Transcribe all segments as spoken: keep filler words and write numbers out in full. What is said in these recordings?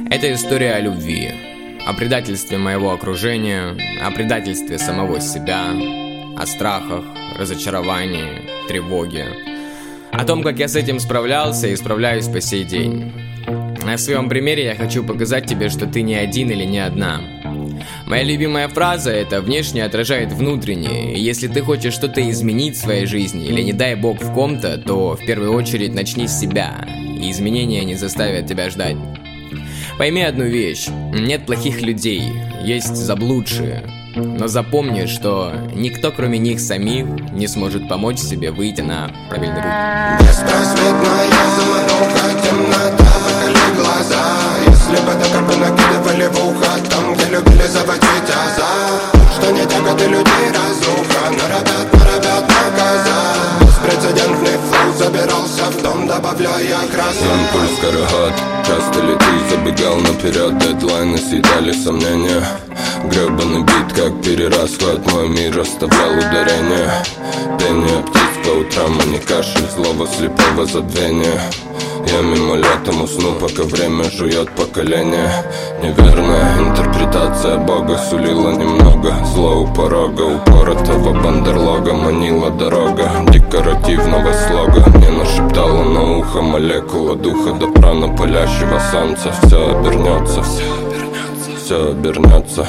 Это история о любви, о предательстве моего окружения, о предательстве самого себя, о страхах, разочаровании, тревоге, о том, как я с этим справлялся и справляюсь по сей день. На своем примере я хочу показать тебе, что ты не один или не одна. Моя любимая фраза – это «внешне отражает внутреннее», и если ты хочешь что-то изменить в своей жизни или, не дай бог, в ком-то, то в первую очередь начни с себя, и изменения не заставят тебя ждать. Пойми одну вещь: нет плохих людей, есть заблудшие. Но запомни, что никто, кроме них самих, не сможет помочь себе выйти на правильный путь. Беспросветная замануха, темнота, выколи глаза. Если бы докопы накидывали в ухо, там, где любили заводить азарт. Что не тяготы людей разруха, норовят, норовят наказать. Беспрецедентный флоу забирался в дом, добавляя красок. Импульс карагат, часто ли ты забегал наперед, дедлайны съедали сомнения. Гребаный бит, как перерасход, мой мир оставлял ударение. Пение птиц по утрам, а не кашель злого слепого забвения. Я мимолетом усну, пока время жует поколение. Неверная интерпретация Бога сулила немного зла у порога. Упоротого бандерлога манила дорога декоративного слога. Мне нашептала на ухо молекула духа до прана палящего солнца. Все обернется, все обернется, все обернется.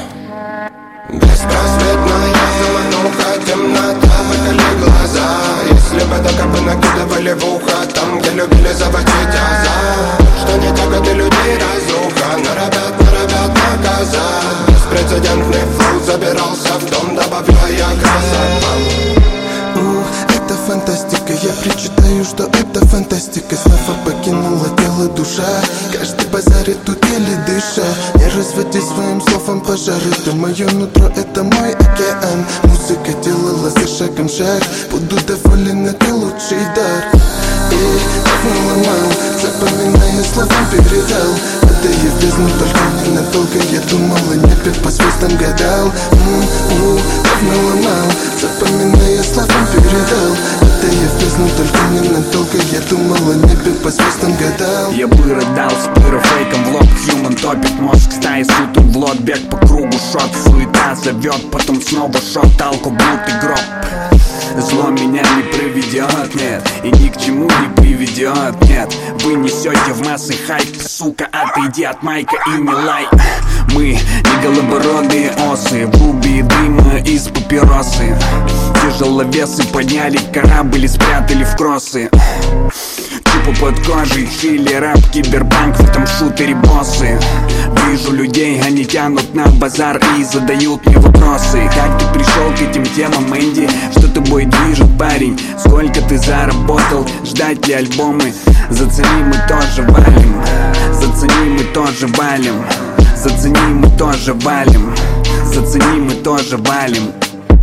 Беспросветная замануха, темнота, выколи глаза. Если бы докопы накидывали в ухо, там, где любили заводить азарт. Что не тяготы людей разруха, норовят, норовят наказать. Беспрецедентный флоу забирался в дом, добавляя красок. Ух, это фантастика, я прочитаю, что это фантастика. Снова покинула тело душа, каждый базарит тут еле дыша. Не разводи своим словом пожары, ты мое нутро, это мой океан. Музыка делала за шагом шаг, буду доволен, это лучший дар. И давно ломал, запоминая словом передал. Падая в бездну, только ненадолго, я думал о небе, по звездам гадал. М-м-м, давно ломал, запоминая словом передал. Падая в бездну, только ненадолго, я думал о небе, по звездам гадал. Я бы рыдал с пырофейком в лоб, Human топит мозг, стаи сутом в лот. Бег по кругу, шот, суета зовет, потом снова шот, алко, блуд и гроб. Зло меня не проведет, нет, и ни к чему не приведет, нет. Вы несете в массы хайп, сука, отойди от майка и не лай. Мы не голубородые осы, в клубе дыма из папиросы. Тяжеловесы подняли корабль и спрятали в кроссы. Тупо под кожей, чили, рэп, киберпанк, в этом шутере боссы. Вижу людей, они тянут на базар и задают мне вопросы. Как ты пришел к этим темам, Энди? Что тобой движет, парень? Сколько ты заработал? Ждать ли альбомы? Зацени, мы тоже валим. Зацени, мы тоже валим. Зацени, мы тоже валим. Зацени, мы тоже валим.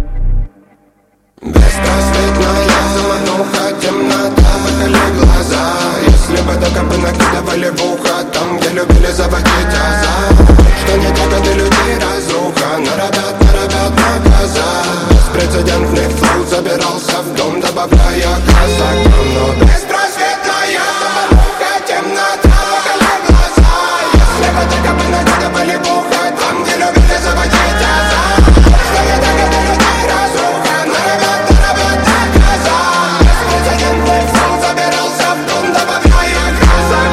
Беспросветная замануха, темнота, выколи глаза. Если бы докопы накидывали в ухо, там, где любили заводить азарт. Что не тяготы людей разруха, норовят, норовят наказать. Беспрецедентный флоу забирался в дом, добавляя красок. Но беспросветная замануха, темнота, выколи глаза. Если бы докопы накидывали в ухо, там, где любили заводить азарт. Что не тяготы людей разруха, норовят, норовят наказать. Беспрецедентный флоу забирался в дом, добавляя красок.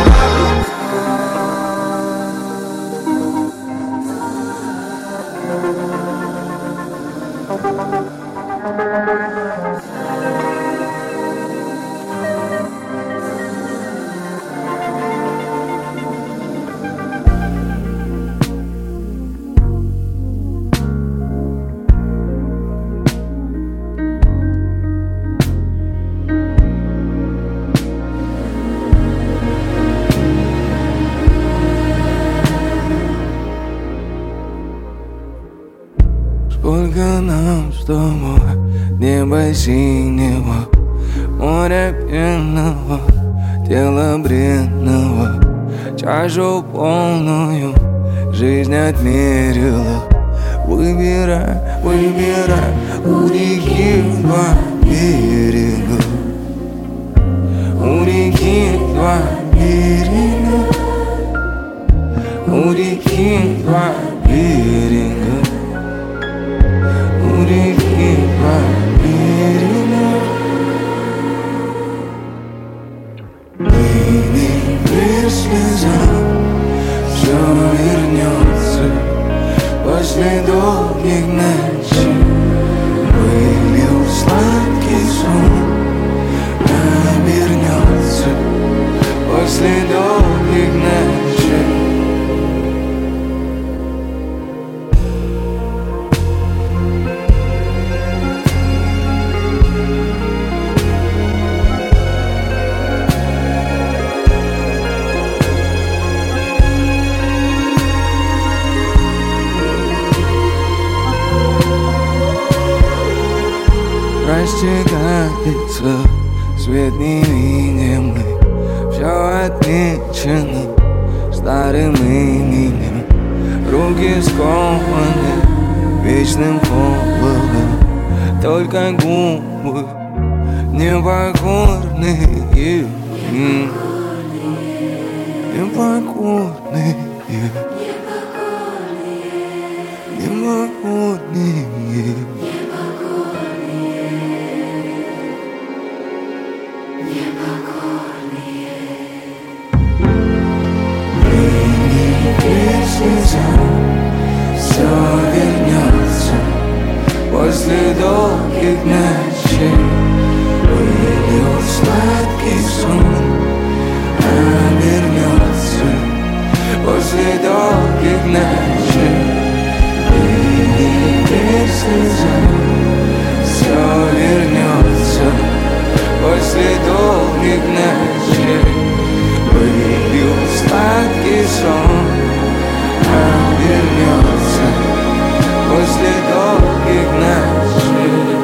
Сколько нам с тобой неба синего, моря пенного, тела бренного, чашу полную жизнь отмерила. Выбирай, выбирай у реки два берега, у реки два берега. у реки два берега, у реки два берега. Baby, слеза, все вернется после долгих ночей. Вылил сладкий сон, обернется после долгих ночей. Растекается свет невидимый, все отмечено старым именем. Руки скованы вечным холодом, только губы непокорные, непокорные, непокорные. Все вернется после долгих ночей. Вылил сладкий сон, обернется после долгих ночей. И теперь слеза, все вернется после долгих ночей. Вылил сладкий сон, вернется после долгих ночей.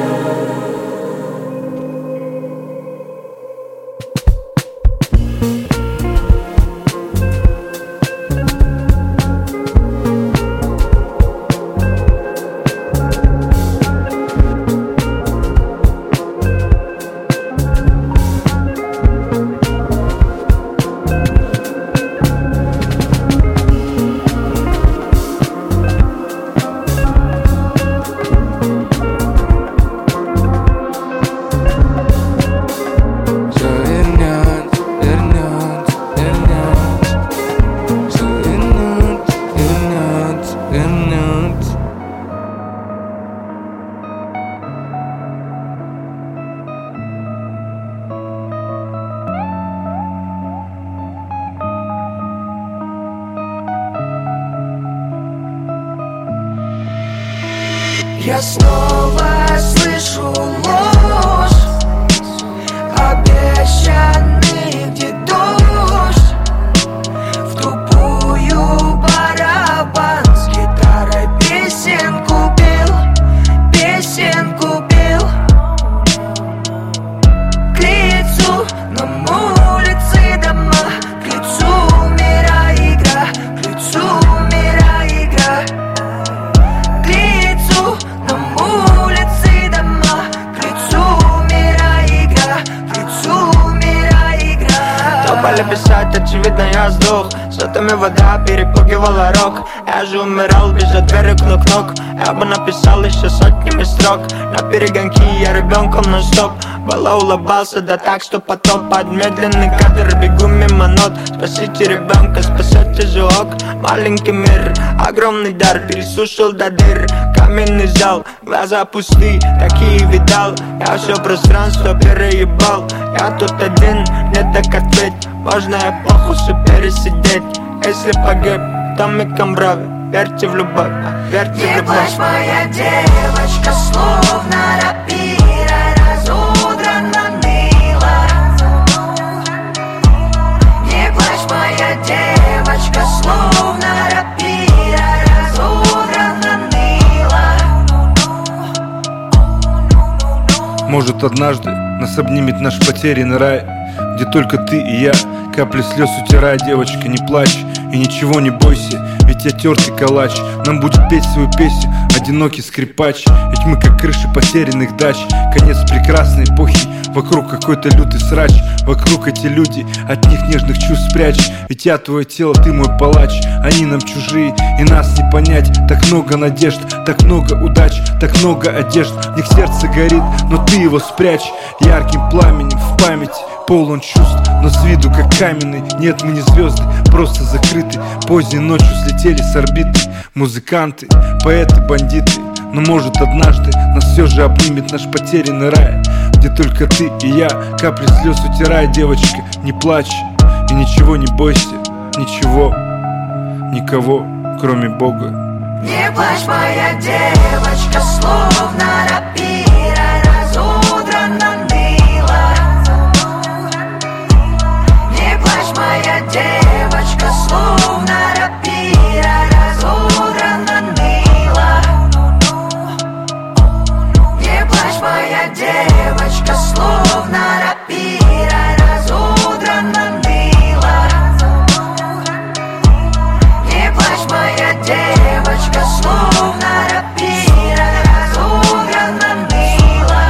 Я снова слышу ложь, обещанный где дождь. В тупую барабан с гитарой песенку пел, песенку пел. К лицу нам улицы, дома, к лицу мира игра, к лицу мира игра. К лицу нам улицы, дома, к лицу мира игра, к лицу мира игра. Тополя писать, очевидно я сдох. Сотами вода перепугивала рок. Я же умирал без отвера кнок-нок. Я бы написал еще сотнями строк. На перегонки я ребенком нон-стоп. Было улыбался, да так, что потом под медленный кадр бегу мимо нот. Спасите ребенка, спасайте зоок. Маленький мир, огромный дар, пересушил до дыр. Каменный зал, глаза пусты, такие видал. Я все пространство переебал. Я тут один, не так ответь. Можно эпоху все пересидеть. Если погиб, то миком брови. Верьте в любовь, верьте в любовь. Не плачь, моя девочка, словно рапира разудрана ныла. Не плачь, моя девочка, словно рапира разудрана ныла. Может, однажды нас обнимет наш потерянный рай, где только ты и я, капли слез утирая. Девочка, не плачь и ничего не бойся, ведь ведь я тертый калач. Нам будет петь свою песню одинокий скрипач. Ведь мы как крыши потерянных дач. Конец прекрасной эпохи, вокруг какой-то лютый срач. Вокруг эти люди, от них нежных чувств спрячь. Ведь я твое тело, ты мой палач. Они нам чужие, и нас не понять. Так много надежд, так много удач, так много одежд. В них сердце горит, но ты его спрячь. Ярким пламенем в память полон чувств, но с виду как каменный. Нет, мы не звезды, просто закрыты. Поздней ночью слетели с орбиты музыканты, поэты, бандиты. Но может однажды нас все же обнимет наш потерянный рай, где только ты и я, капли слез утирая. Девочка, не плачь и ничего не бойся. Ничего, никого, кроме Бога. Не плачь, моя девочка, словно рапира разудрана ныла. Не плачь, моя девочка, словно рапира разудрана ныла. Не плачь, моя девочка, словно рапира разудрана ныла. Не плачь, моя девочка, словно рапира разудрана ныла.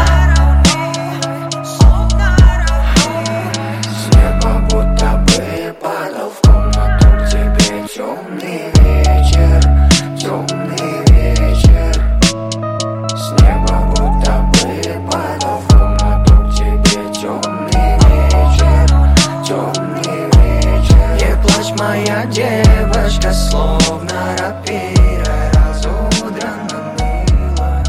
С неба будто бы падал в комнату к тебе темный вечер, темный вечер. С неба будто бы падал в комнату к тебе темный вечер, темный вечер. Не плачь, моя девочка, словно рапира разудрана ныла.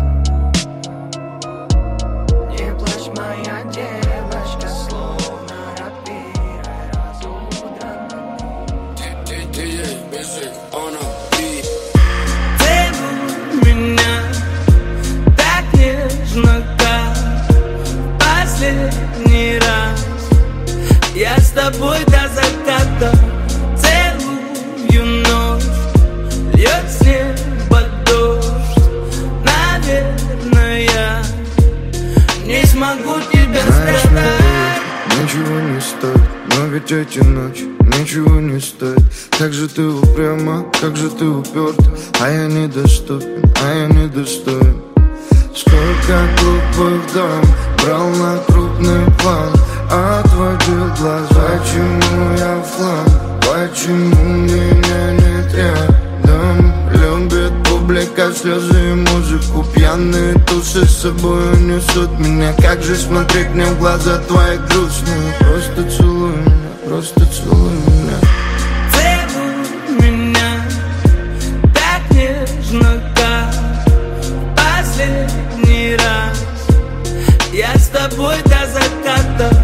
Не плачь, моя девочка, словно рапира разудрана ныла. Целуй меня так нежно, как последний раз. Я с тобой до заката. Целую ночь, льет с неба дождь. Наверное, я не смогу тебя спрятать. Ничего не стоит, но ведь эти ночи ничего не стоит. Как же ты упряма, как же ты уперта, а я недоступен, а я недостоин. Сколько глупых дам брал на крупный план, отводил глаз. Почему я в хлам, почему меня нет рядом? Любит публика слезы и музыку, пьяные тусы с собой несут меня. Как же смотреть мне в глаза твои грустные? Просто целуй меня, просто целуй меня. Целуй меня так нежно, как последний раз. Я с тобой до заката.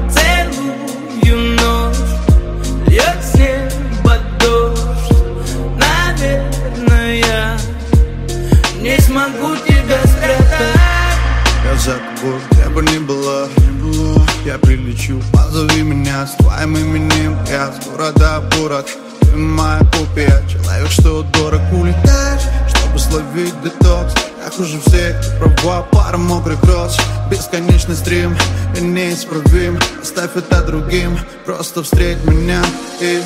Целую ночь, льет с неба дождь. Наверное, я не смогу тебя спрятать. Я за тобой, где бы ни была, я прилечу, позови меня с твоим именем. Я с города в город, ты моя копия. Человек, что дорог, улетаешь, чтобы словить детокс. Как уже все, ты права, пара мокрых роз. Бесконечный стрим, я неисправим. Оставь это другим, просто встреть меня и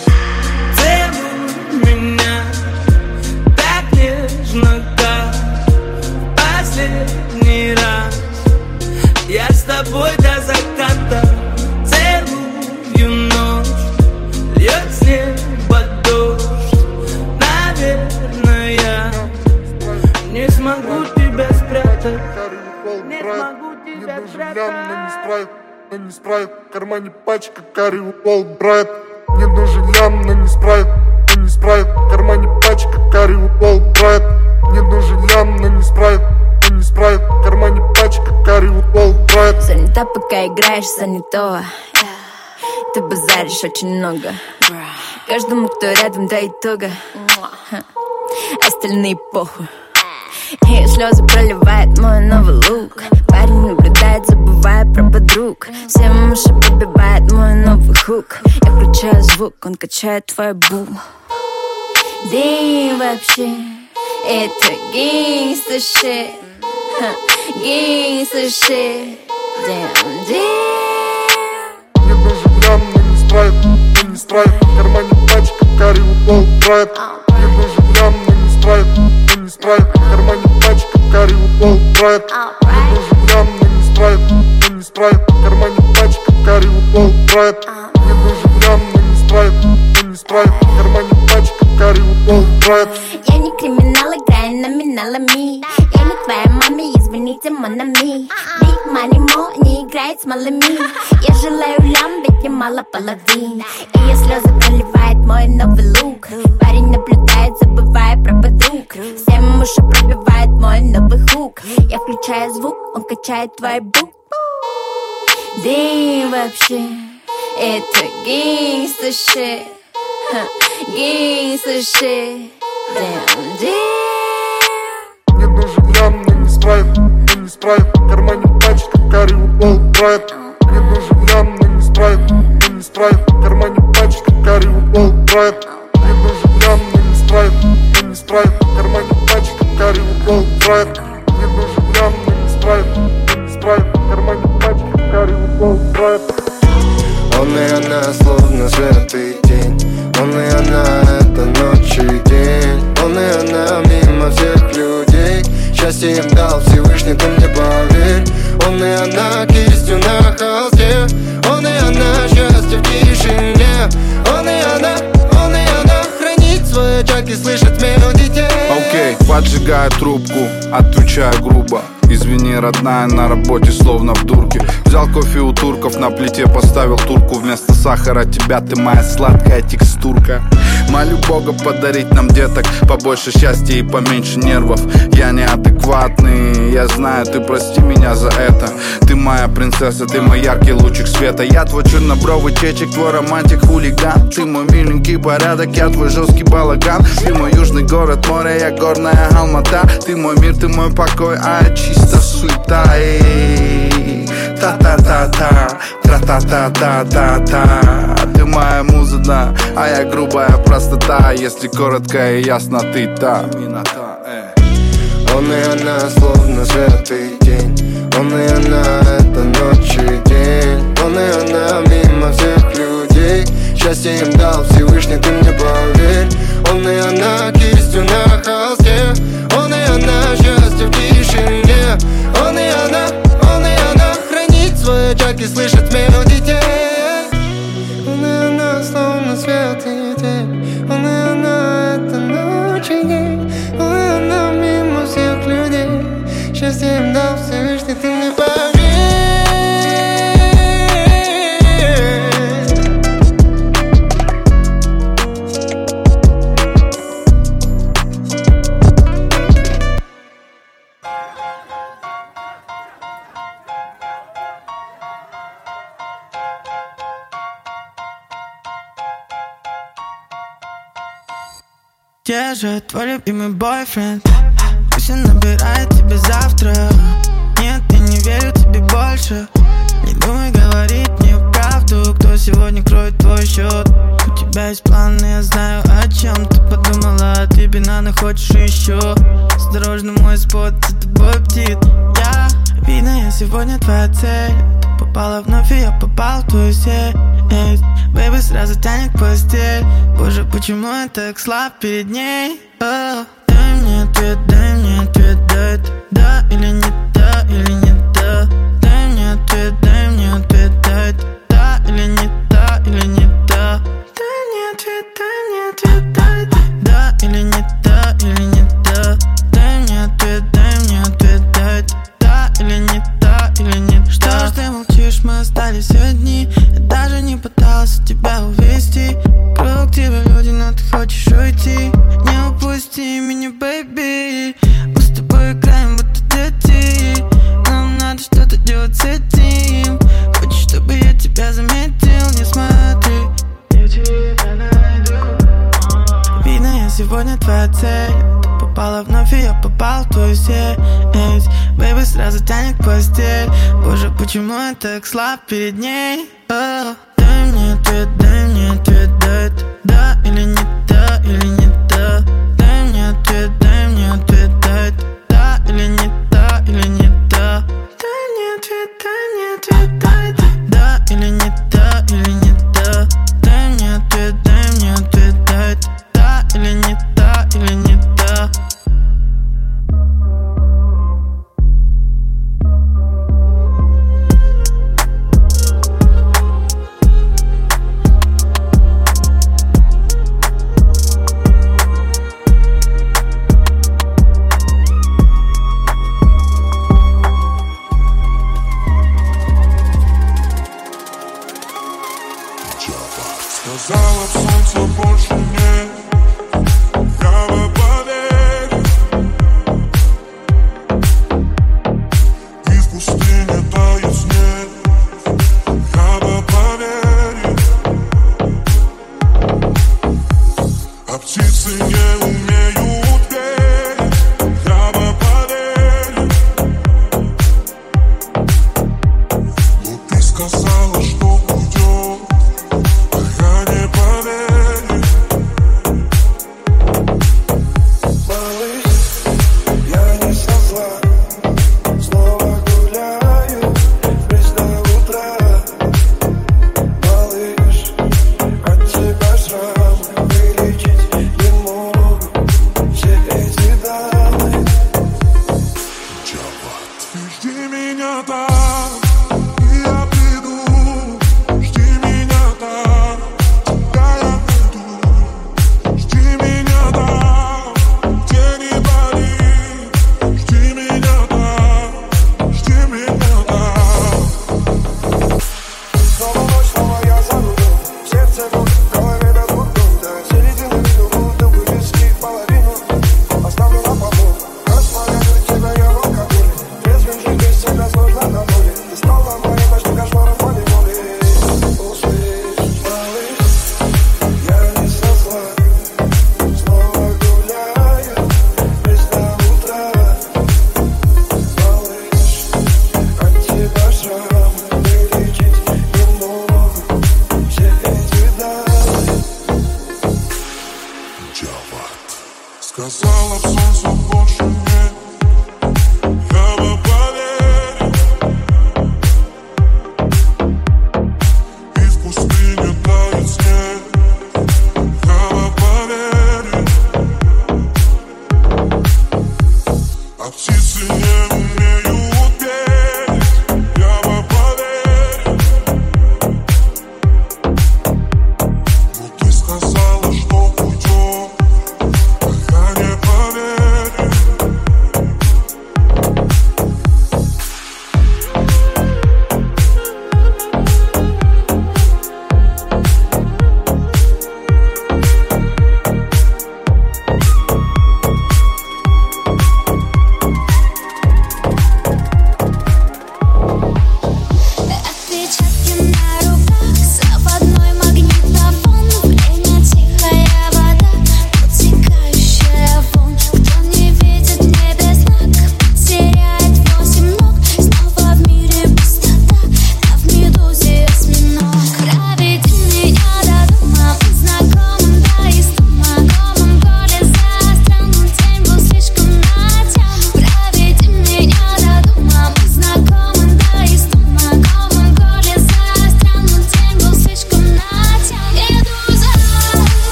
целуй меня так нежно, как последний раз. Я с тобой до заката. Целую ночь, льет с неба дождь. Наверное, я не смогу тебя спрятать. Не смогу тебя спрятать. Но не спрайт, в кармане пачка карри Уолл Брайт. Мне нужен лям, но не спрайт, но не спрайт, в кармане пачка карри Уолл Брайт. Мне нужен лям, но не спрайт, но не спрайт, в кармане пачка карри Уолл Брайт. Занята, пока играешь занятого. Ты базаришь очень много. Каждому, кто рядом, до итога. Остальные похуй. Ее слезы проливает мой новый лук. Парень наблюдает, забывая про подруг. Всем уши побивает мой новый хук. Я включаю звук, он качает твой бу. День вообще, это гангста shit. Гангста shit. Damn, damn. Мне нужен лям, но не спрайт, но не спрайт, в кармане пачка карри Уолл Брайт. Мне нужен спрайт. В кармане пачка карри упал брайт. Мне нужен лям, но не спрайт, но не спрайт. В кармане пачка карри упал брайт. Я не криминал, играю номиналами. Я не твоя маме, извините, монами. Big money mo не играет с малыми. Я желаю лям, ведь мне мало половин. И я слезы проливает мой новый лук. Парень наблюдает, забывая про подруг. Всем уши пробивает мой новый хук. Я включаю звук, он качает твой бук. Да и вообще, это гейнгста shit. Gangsta shit. Damn, damn. Мне нужен лям, но не спрайт, но не спрайт. В кармане пачка карри упал брайт. Мне нужен лям, но не спрайт, но не спрайт. В кармане пачка карри упал брайт. Мне нужен лям, но не спрайт, но не спрайт. В кармане пачка карри упал брайт. Мне нужен лям, но не спрайт, но не спрайт. В кармане пачка карри упал брайт. Он и она словно свет и тень. Он и она, это ночь и день. Он и она мимо всех людей. Счастье им дал Всевышний, ты мне поверь. Он и она кистью на холсте. Он и она счастье в тишине. Он и она, он и она хранит свой очаг и слышит смех детей. Окей, okay, поджигаю трубку, отвечаю грубо. Извини, родная, на работе словно в дурке. Взял кофе у турков, на плите поставил турку. Вместо сахара тебя, ты моя сладкая текстурка. Молю Бога подарить нам деток, побольше счастья и поменьше нервов. Я неадекватный, я знаю, ты прости меня за это. Ты моя принцесса, ты мой яркий лучик света. Я твой чернобровый чечек, твой романтик, хулиган. Ты мой миленький порядок, я твой жесткий балаган. Ты мой южный город, море, я горная Алмата. Ты мой мир, ты мой покой, а я чисто суета. Та-та-та-та, тра-та-та-та-та-та. Ты моя муза, да, а я грубая простота. Если коротко и ясно, ты та. Он и она словно свет и день. Он и она, это ночь и день. Он и она мимо всех людей. Счастье им дал Всевышний, ты мне поверь. Он и она кистью на холсте. Он и она счастье в тишине. Он и она, он и она хранит свой очаг и слышит смех детей. Он и она словно свет и день. Он и она, это ночь и день. Он и она мимо всех людей. Счастье им дал Всевышний, ты мне поверь. Где же твой любимый бойфренд? Пусть он набирает тебя завтра. Нет, я не верю тебе больше. Не думай говорить мне правду. Кто сегодня кроет твой счет? У тебя есть планы, я знаю о чем. Ты подумала, а ты банана хочешь еще. Осторожно, мой спот, за тобой бдит. Я, видно, я сегодня твоя цель. Ты попала вновь, и я попал в твою сеть. Бэйби сразу тянет постель. Боже, почему я так слаб перед ней? Oh. Дай мне ответ, дай мне ответ, дай это да или не да, или не да. Дай мне ответ, дай мне ответ, дай это да или не да, или не да. Дай мне ответ, дай мне ответ, дай это да или не да, или не да. Дай мне ответ, дай мне ответ, дай это да или не да, или не да. Что ж ты молчишь, мы остались одни. Я даже не пытался тебя увести. Круг тебя люди, но ты хочешь уйти. Не упусти меня, бэйби. Мы с тобой играем, будто дети. Нам надо что-то делать с этим. Хочешь, чтобы я тебя заметил? Не смотри, я тебя найду. Видно, я сегодня твоя цель. Ты попала вновь, и я попал в твою сеть. Бэйби сразу тянет постель. Боже, почему я так слаб перед ней? Oh. Дай мне ответ, дай мне ответ, дай это да или не да, или не да. Дай мне ответ, дай мне ответ, дай это да или не да, или не да. Дай мне ответ, дай мне ответ, дай это да или не да, или не да. Дай мне ответ, дай мне ответ, дай это да или не да, или не да. птицы не умеют петь, я бы поверил. Но ты сказала, что уйдет, а я не поверил. Малыш, я не со зла, снова гуляю весь до утра. Малыш, от тебя шрам вылечить не могу, все эти дамы. Ты жди меня там, и я приду. Жди меня там, когда я приду. Жди меня там, где не болит. Жди меня там, жди меня там. Снова ночь, снова я за рулем. Сердце гуд, в голове без бутон. До середины веду, бутылку виски половину оставлю на полу. Распаляю тебя я в алкоголе. Трезвым жить без тебя сложно на воле. Ты стала моим ночным кошмаром волей-волей. Услышь, малыш, я не со зла, снова гуляю весь до утра. Малыш, от тебя шрам вылечить не могу, все эти дамы. Сказала в солнце больше нет, я бы поверил. И в пустыне тает снег, я бы поверил. А птицы не умеют петь, я бы поверил. Но ты сказала, что уйдет, а я не поверил.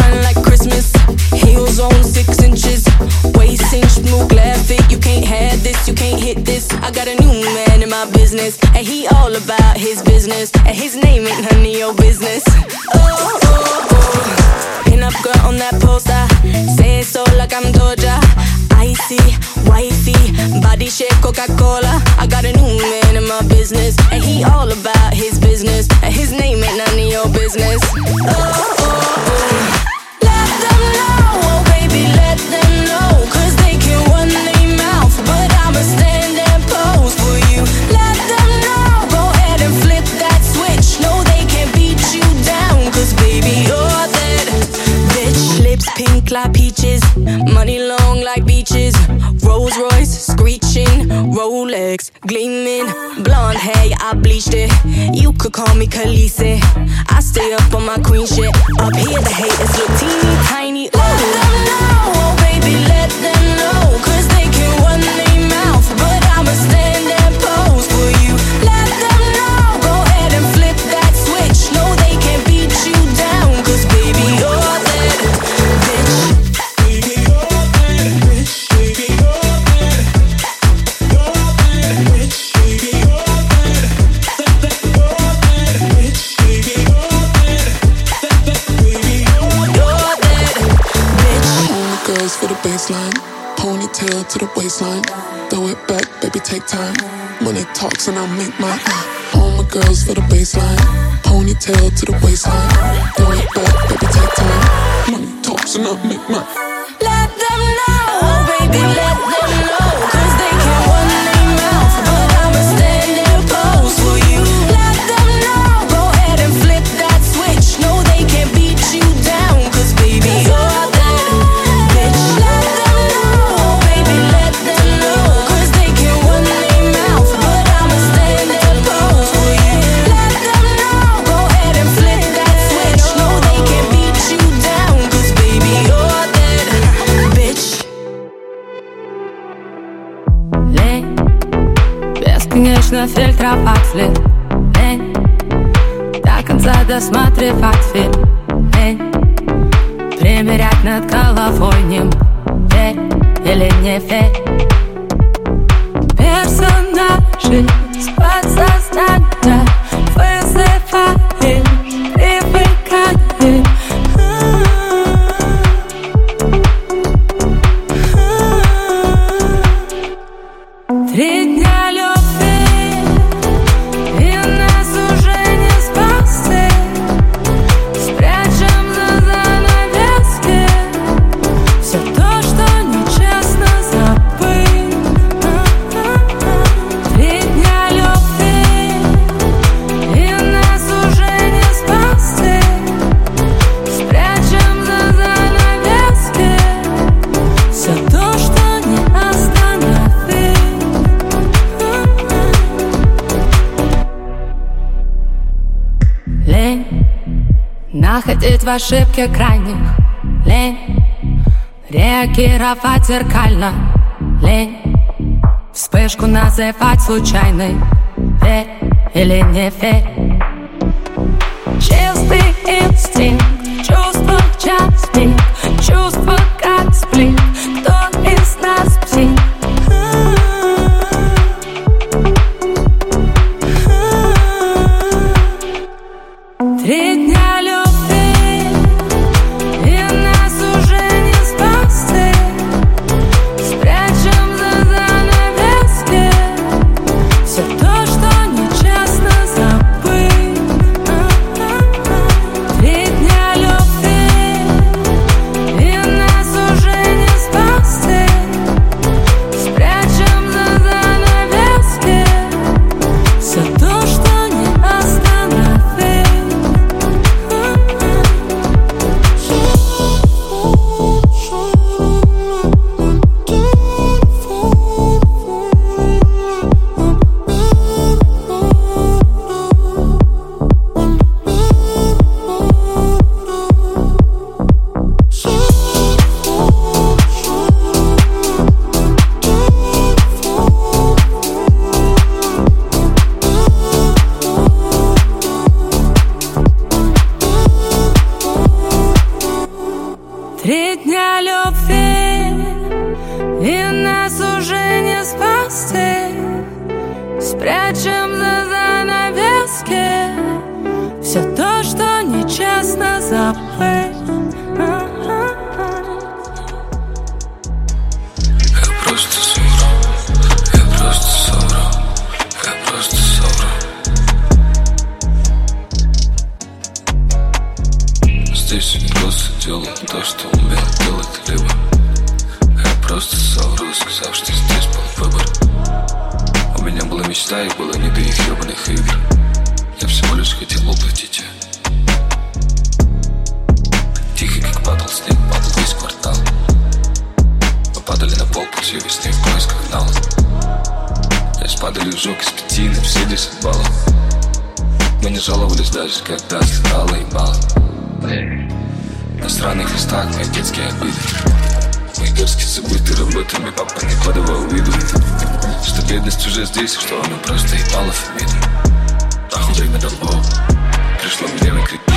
shine like Christmas. Heels on six inches, waist inch, smooth glare fit. You can't have this, you can't hit this. I got a new man in my business, and he all about his business, and his name ain't none of your business. Oh, oh, oh. Pin up girl on that poster, saying so like I'm Doja. Icy, wifey, body shape Coca-Cola. I got a new man in my business, and he all about his business, and his name ain't none of your business. Oh, oh, oh. Let them know, oh baby, let them know, cause they can run their mouth, but I'ma stand and pose for you. Let them know, go ahead and flip that switch. No, they can't beat you down, cause baby, you're that bitch. Lips pink like peaches, money long like beaches. Rolls Royce screeching, Rolex gleaming. Blonde hair, yeah, I bleached it. You could call me Khaleesi. I stay up on my queen shit. Up here the haters look teeny tiny. Ooh. Let them know, oh baby, let them know, cause they can run their mouth, but I'ma stand and pose for you. Let them know, go ahead and flip that switch. No, they can't beat you down, cause baby, you're that bitch. Baby, you're that bitch. Baby, you're that. You're that bitch. Baby, you're that. That, that, you're that bitch. Baby, you're that. That, that, baby, you're that bitch. Only girls for the baseline, ponytail to the waistline. Throw it back, baby, take time. Money talks and I'll make mine. All my girls for the baseline, ponytail to the waistline. Throw it back, baby, take time. Money talks and I'll make mine. Let them know, oh baby, let them know, cause they can run their mouth, but I'ma stand and pose for you. Let them know, go ahead and flip that switch. No, they can't beat you down, cause baby, you're that bitch. Let them know, oh baby, let them know, cause they can run their mouth, but I'ma stand and pose for you. Let them know, go ahead and flip that switch. No, they can't beat you down, cause baby, you're that bitch. Лень, бесконечно фильтровать след. Лень, до конца досматривать фильм. Лень, примерять над головой ним. Верь или не верь. Персонажи с подсознания вызываешь привыкание. Три дня любви, и нас уже не спасти. Спрячем за занавески все то, что нечестно забыть. Три дня любви, и нас уже не спасти. Спрячем за занавески все то, что не остановить. Лень находить в ошибке крайних. Лень реагировать зеркально. Лень вспышку называть случайной. Верь или не верь. Чистый инстинкт, чувство в час пик, чувство как сплит. Кто из нас псих? Три дня любви, и нас уже не спасти. Спрячем за занавески все то, что нечестно забыть. Три дня любви, Три дня любви, и нас уже не спасти. Спрячем за занавески все то, что нечестно забыть. Я просто соврал, я просто соврал, я просто соврал. Здесь я просто делал то, что умел делать либо. Я просто соврал, сказал, что здесь был выбор. У меня была мечта и было не до их ебаных игр. Я всего лишь хотел уплатить ее. Тихо, как падал снег, падал весь квартал. Мы падали на пол пути весны в поисках нала. Я спадали в жёг из пяти на все десять баллов. Мы не жаловались даже, когда стало и мало. На странных листах мои детские обиды. Мои горски забыты работами, папа не подавал виду, что бедность уже здесь, что она просто ебала Фемиду. Нахуй время долго, пришло мне на кредит.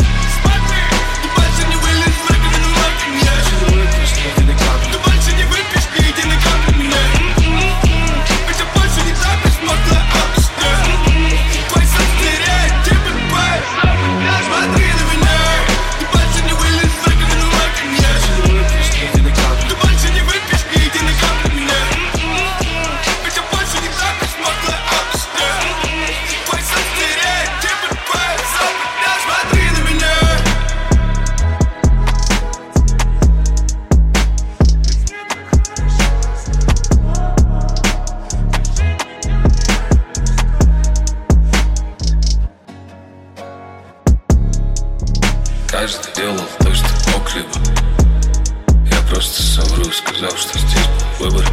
Ты больше не выпьешь ни единой капли меня. Ведь я больше не так и смогла объяснять. Твой сон теряет тебя, твой сон. Смотри на меня. Ты больше не вылез из раковины меня. Ты больше не выпьешь ни единой капли меня. Ведь я больше не так и смогла объяснять. Твой сон теряет тебя, твой сон. Смотри на меня. Каждый делал то, что мог, либо я просто совру, сказал, что здесь был выбор.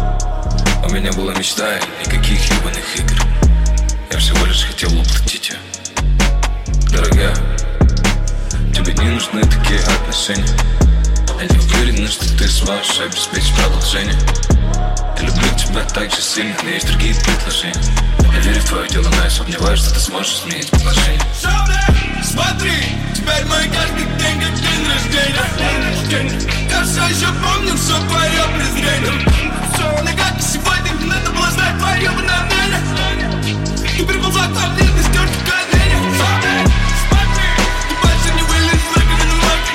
У меня была мечта и никаких ебаных игр. Я всего лишь хотел уплатить ее. Дорогая, тебе не нужны такие отношения. Я не уверен, что ты сможешь обеспечить продолжение. Я люблю тебя так же сильно, но есть другие предложения. Я верю в твое дело, но я сомневаюсь, что ты сможешь изменить положение. Смотри, теперь мой каждый день как день рождения. Я все еще помню все твое презрение. Все, на как сегодня мне надо было знать твое мнение. Ты приползла ко мне, ты стер колени. Смотри, ты больше не вылез из раковины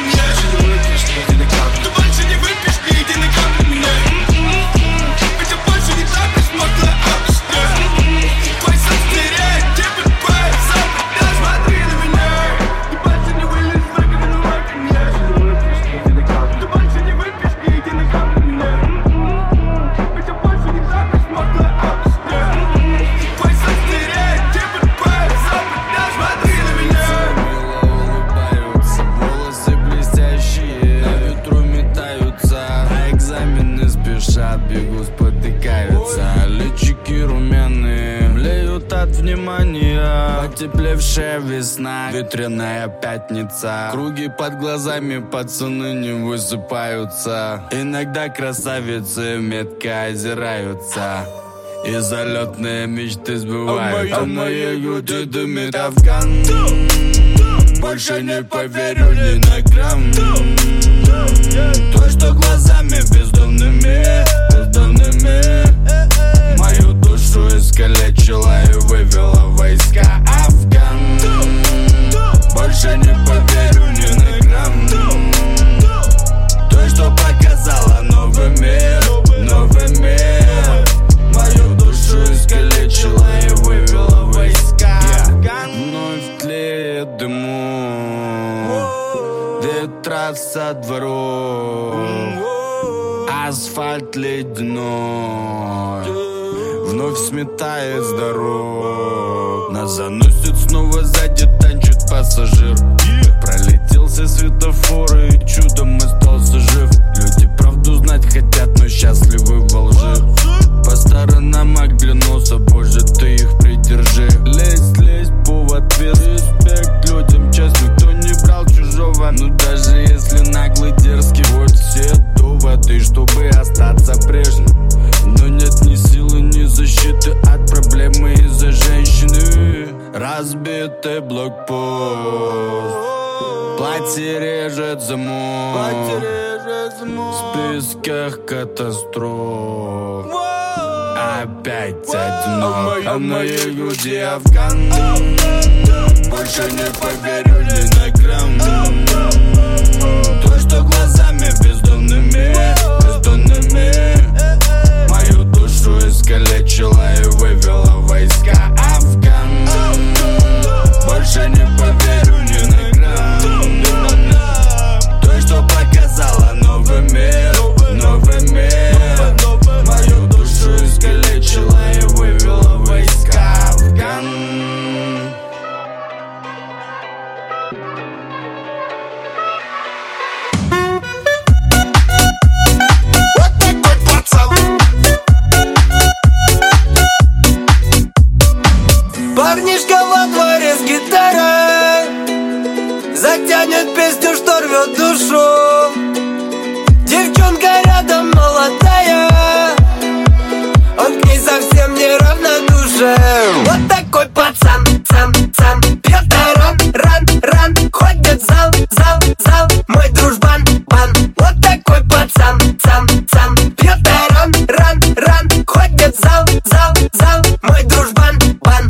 меня. Ты больше не выпьешь ни единой капли меня. Ведь я больше не так и смогла объяснять. Твой сон теряет тебя, твой сон. Смотри на меня. Ты больше не вылез из раковины меня. Ты больше не выпьешь ни единой капли меня. Ведь я больше не так и смогла объяснять. Твой сон теряет тебя, твой сон. Смотри на меня. Улыбаются, волосы блестящие, на ветру метаются, а экзамены спешат, бегут, спотыкаются. Личики румяные, млеют от внимания. Потеплевшая весна, ветреная пятница. Круги под глазами, пацаны не высыпаются. Иногда красавицы метко озираются, и залетные мечты сбывают. А моей груди дымит Афган. Больше не поверю ни на грамм. То, что глазами бездомными, бездомными мою душу искалечила и вывела войска Афган. Больше не поверю ни на грамм. То, что показала новый мир, новый мир мою душу искалечила и вывела войска Афган. Вновь тлеет дыму, ветра со дворов, асфальт ледяной вновь сметает с дорог. Нас заносит снова сзади, танчит пассажир. Пролетел все светофоры и чудом остался жив. Люди правду знать хотят, но счастливы во лжи. По сторонам оглянулся, боже, ты их придержи. Лезь, лезь, повод вес. Респект людям, честь, никто не брал чужого. Ну даже если наглый, дерзкий, вот все доводы, чтобы остаться прежним. Но нет ни силы, ни защиты от проблемы из-за женщины. Разбитый блокпост, Платье режет замок, в списках катастроф. Опять одинок, а в моей груди Афган. Больше не поверю ни на грамм. То, что глазами бездонными, бездонными мою душу искалечила и вывела войска Афган. Больше не поверю ни на грамм. То, что показала новый мир, новый мир мою душу искалечила и вывела войска Афган. Парнишка во дворе с гитарой затянет песню, что рвет душу. Девчонка рядом молодая, он к ней совсем не равнодушен. Вот такой пацан, сам, сам пьет ран, ран, ран, ходит в зал, зал, зал, мой дружбан, бан. Вот такой пацан, сам, сам пьет ран, ран, ран, ходит в зал, зал, зал, мой дружбан, бан.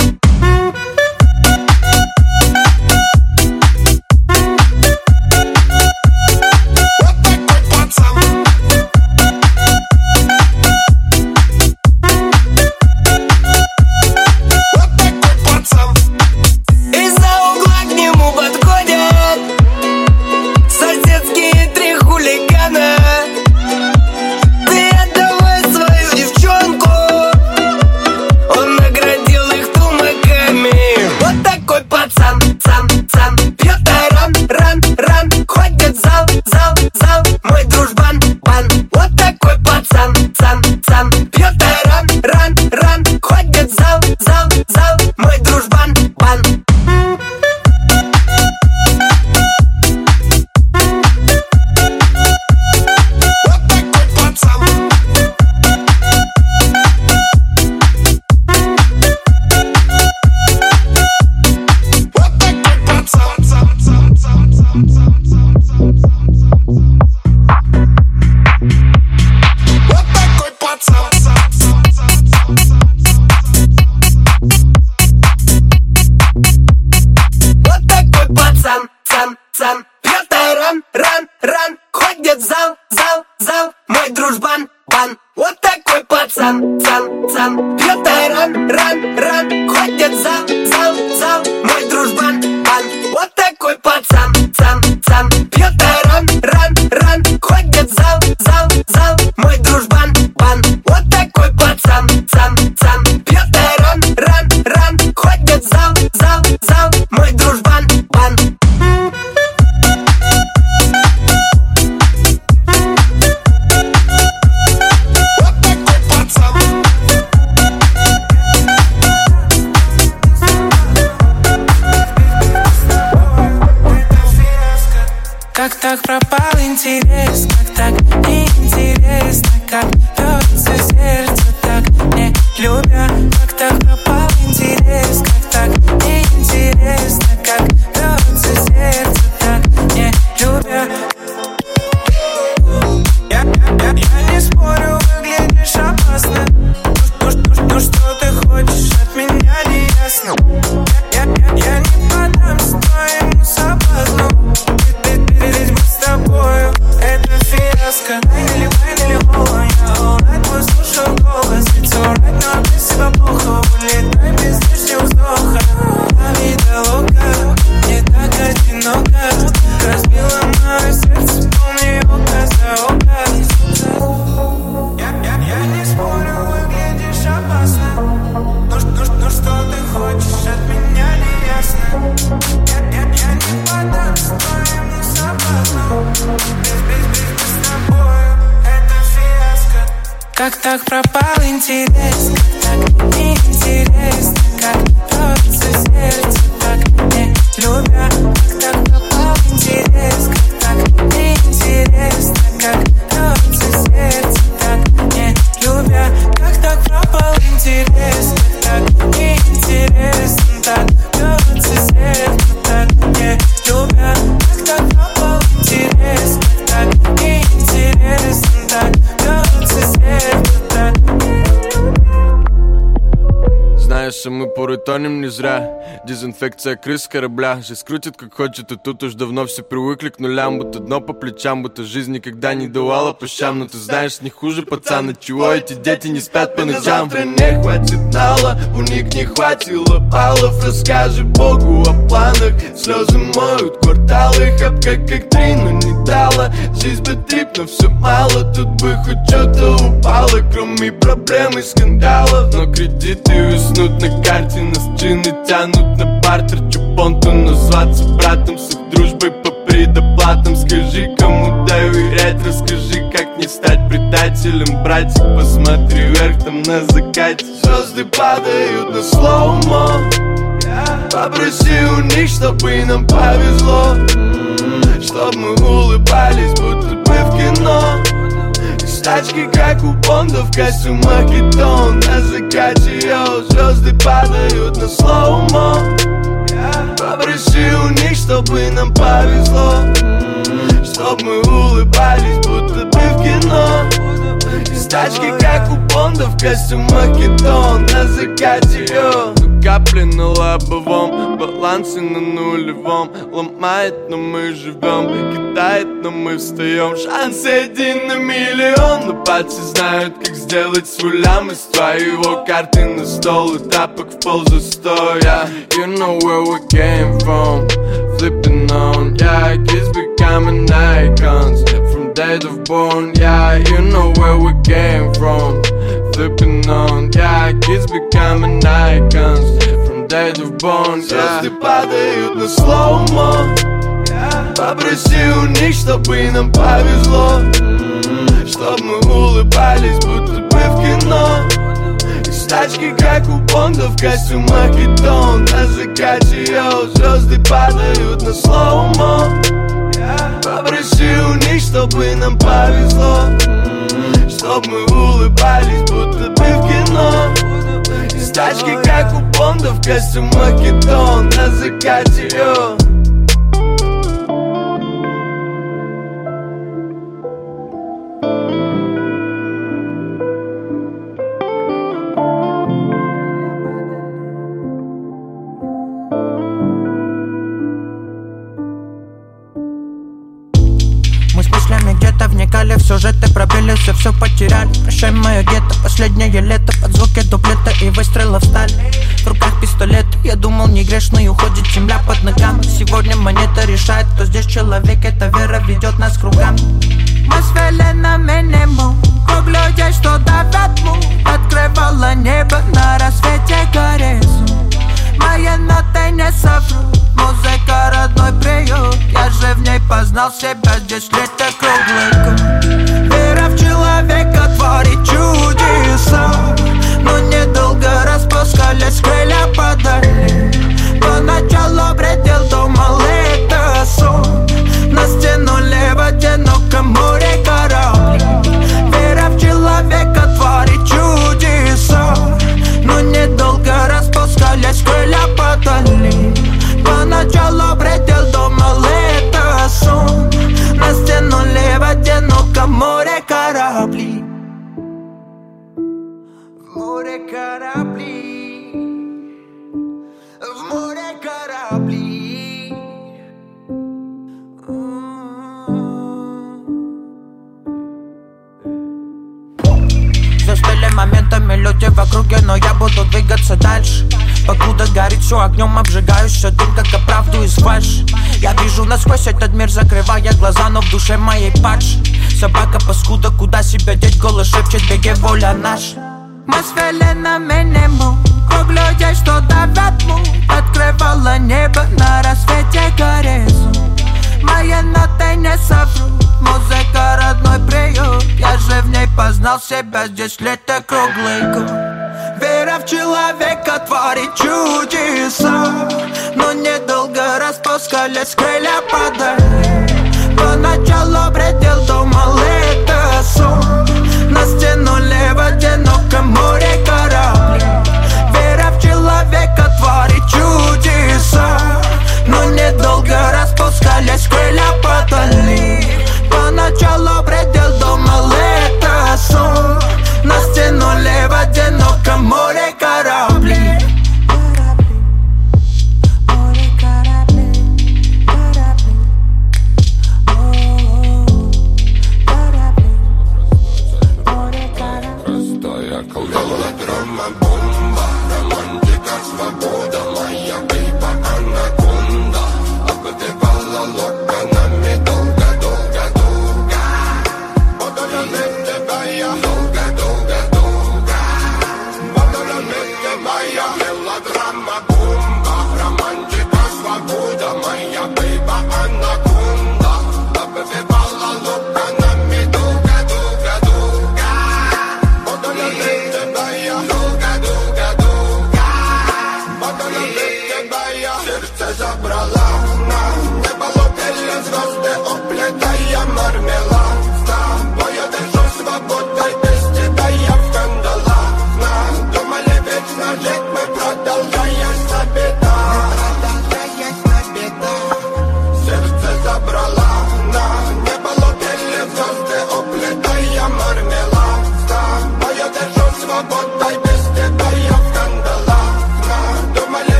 Как так пропал интерес, как так неинтересно, как бьется сердце, так не любя. Как так пропал интерес, как так неинтересно, как бьется сердце, так не любя. Я, я, я не спорю, выглядишь опасно. Ну, ну, ну, ну что ты хочешь от меня, не ясно. Я, я, я не поддамся твоему соблазну. Ведь мы с тобою, это фиаско. Finally, finally, all on you, all night послушал голос. It's alright, но без себя плохо. Улетай без лишнего вздоха. La vida loca, не так одиноко. Разбила мое сердце, помни око за око. Я, я, я не спорю, выглядишь опасно. Ну, ну, ну что ты хочешь от меня, не ясно. Я, я, я не поддамся твоему соблазну. Без, без, без, без с тобою, это фиаско. Как так пропал интерес, как так неинтересно, как бьется сердце, так не любя. Как так пропал интерес, как так неинтересно, как бьется сердце, так не любя. Как так пропал интерес, как так неинтересно, так бьется сердце, так не любя. Как так знаешь, а мы порой тонем не зря. Дезинфекция крыс корабля. Жизнь крутит как хочет, и тут уж давно все привыкли к нулям. Будто дно по плечам, будто жизнь никогда не давала по щам. Но ты знаешь, не хуже пацана, чего эти дети не спят по ночам. Завтра не хватит нала, у них не хватило баллов. Расскажи Богу о планах, слезы моют кварталы. Хапка как три, но не дала. Жизнь бы трип, но все мало. Тут бы хоть что-то упало, кроме проблем и скандалов. Но кредиты виснут на карте, нас джины тянут на бартер. Чупонту назваться братом, с их дружбой по предоплатам. Скажи, кому доверять, расскажи, как не стать предателем. Братик, посмотри вверх, там на закате звезды падают на слоумо. Попроси у них, чтобы нам повезло, чтоб мы улыбались, будто бы в кино. Тачки, как у Бонда, в костюмах кетон. На закате, йоу, звезды падают на слоумо. Попроси у них, чтобы нам повезло, чтоб мы улыбались, будто бы в кино. Тачки, как у Бонда, в костюмах кетон. На закате, йоу. Капли на лобовом, балансы на нулевом. Ломает, но мы живем, кидает, но мы встаем. Шанс один на миллион, но пальцы знают, как сделать свой лям из твоего. Карты на стол и тапок в пол застоя. You know where we came from, flipping on. Yeah, kids becoming icons from date of born. Yeah, you know where we came from, flipping on. Yeah, kids becoming icons from date of born. Звезды падают на слоумо. Попроси у них, чтобы нам повезло, чтоб мы улыбались, будто бы в кино. Из тачки, как у Бонда, в костюмах кетон. На закате, йоу, звезды падают на слоумо. Попроси у них, чтобы нам повезло, чтоб мы улыбались, будто бы в кино. Из тачки, как у Бонда, в костюмах кетон. На закате, йоу. Вникали в сюжеты, пробились и все потеряли. Прощай, мое гетто, последнее лето. Под звуки дуплета и выстрелов стали. В руках пистолет, я думал, не грешный. Уходит земля под ногами. Сегодня монета решает, кто здесь человек. Эта вера ведет нас кругами. Мы свели на минимум круг людей, что давят му. Открывала небо на рассвете горизонт. Мои ноты не соврут, музыка родной приют. Я же в ней познал себя, здесь лето круглый год. Вера в человека творит чудеса, но недолго распускались крылья подали. Поначалу бредил, думал, это сон. Нас тянули в одиноком море корабли. Вера в человека творит чудеса, но недолго распускались крылья подали. Поначалу бредил, думал, это сон. Нас тянули в одиноком море корабли. В море корабли, в море корабли. Застыли моментами люди в округе, но я буду двигаться дальше. Покуда горит все огнем, обжигающий дым, как оправду из фальши. Я вижу насквозь этот мир, закрывая глаза, но в душе моей падши. Собака паскуда, куда себя деть, голос шепчет, беги, воля наша. Мы свели на минимум круг людей, что давят му. Открывала небо на рассвете горизонт. Мои ноты не соврут, музыка родной приют. Я же в ней познал себя, здесь лето круглый год. Вера в человека творит чудеса, но недолго распускались крылья подали. Поначалу бредил, думал, это сон. Нас тянули в одиноком море корабли. Вера в человека творит чудеса, но недолго распускались крылья подали. Поначалу бредил, думал, это сон. Нас тянули в одиноком море корабли.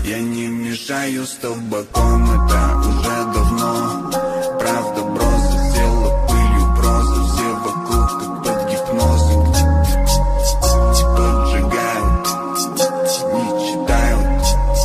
Я не мешаю с табаком, это уже давно. Правда, броза села пылью, проза. Все вокруг, как под гипнозом. Поджигают, не читают,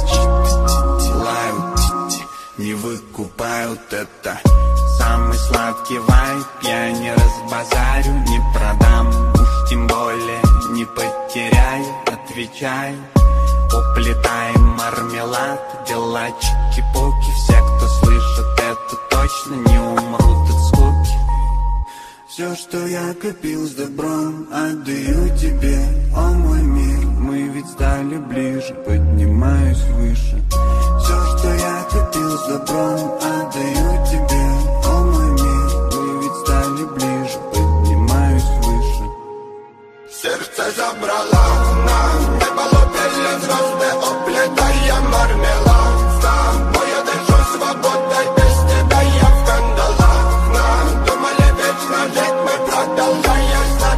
лают, не выкупают это. Самый сладкий вайб, я не разбазарю, не продам, уж тем более не потеряю, отвечаю. Уплетаем мармелад, дела чики-пуки. Все, кто слышит это, точно не умрут от скуки. Все, что я копил с добром, отдаю тебе, о мой мир. Мы ведь стали ближе, поднимаюсь выше. Все, что я копил с добром, отдаю тебе, о мой мир. Мы ведь стали ближе, поднимаюсь выше. Сердце забрала на небо, лопели звезды, уплетая мармелад. С тобой я дышу свободой, без тебя я в кандалах. Надумали вечно жить, мы продолжаясь на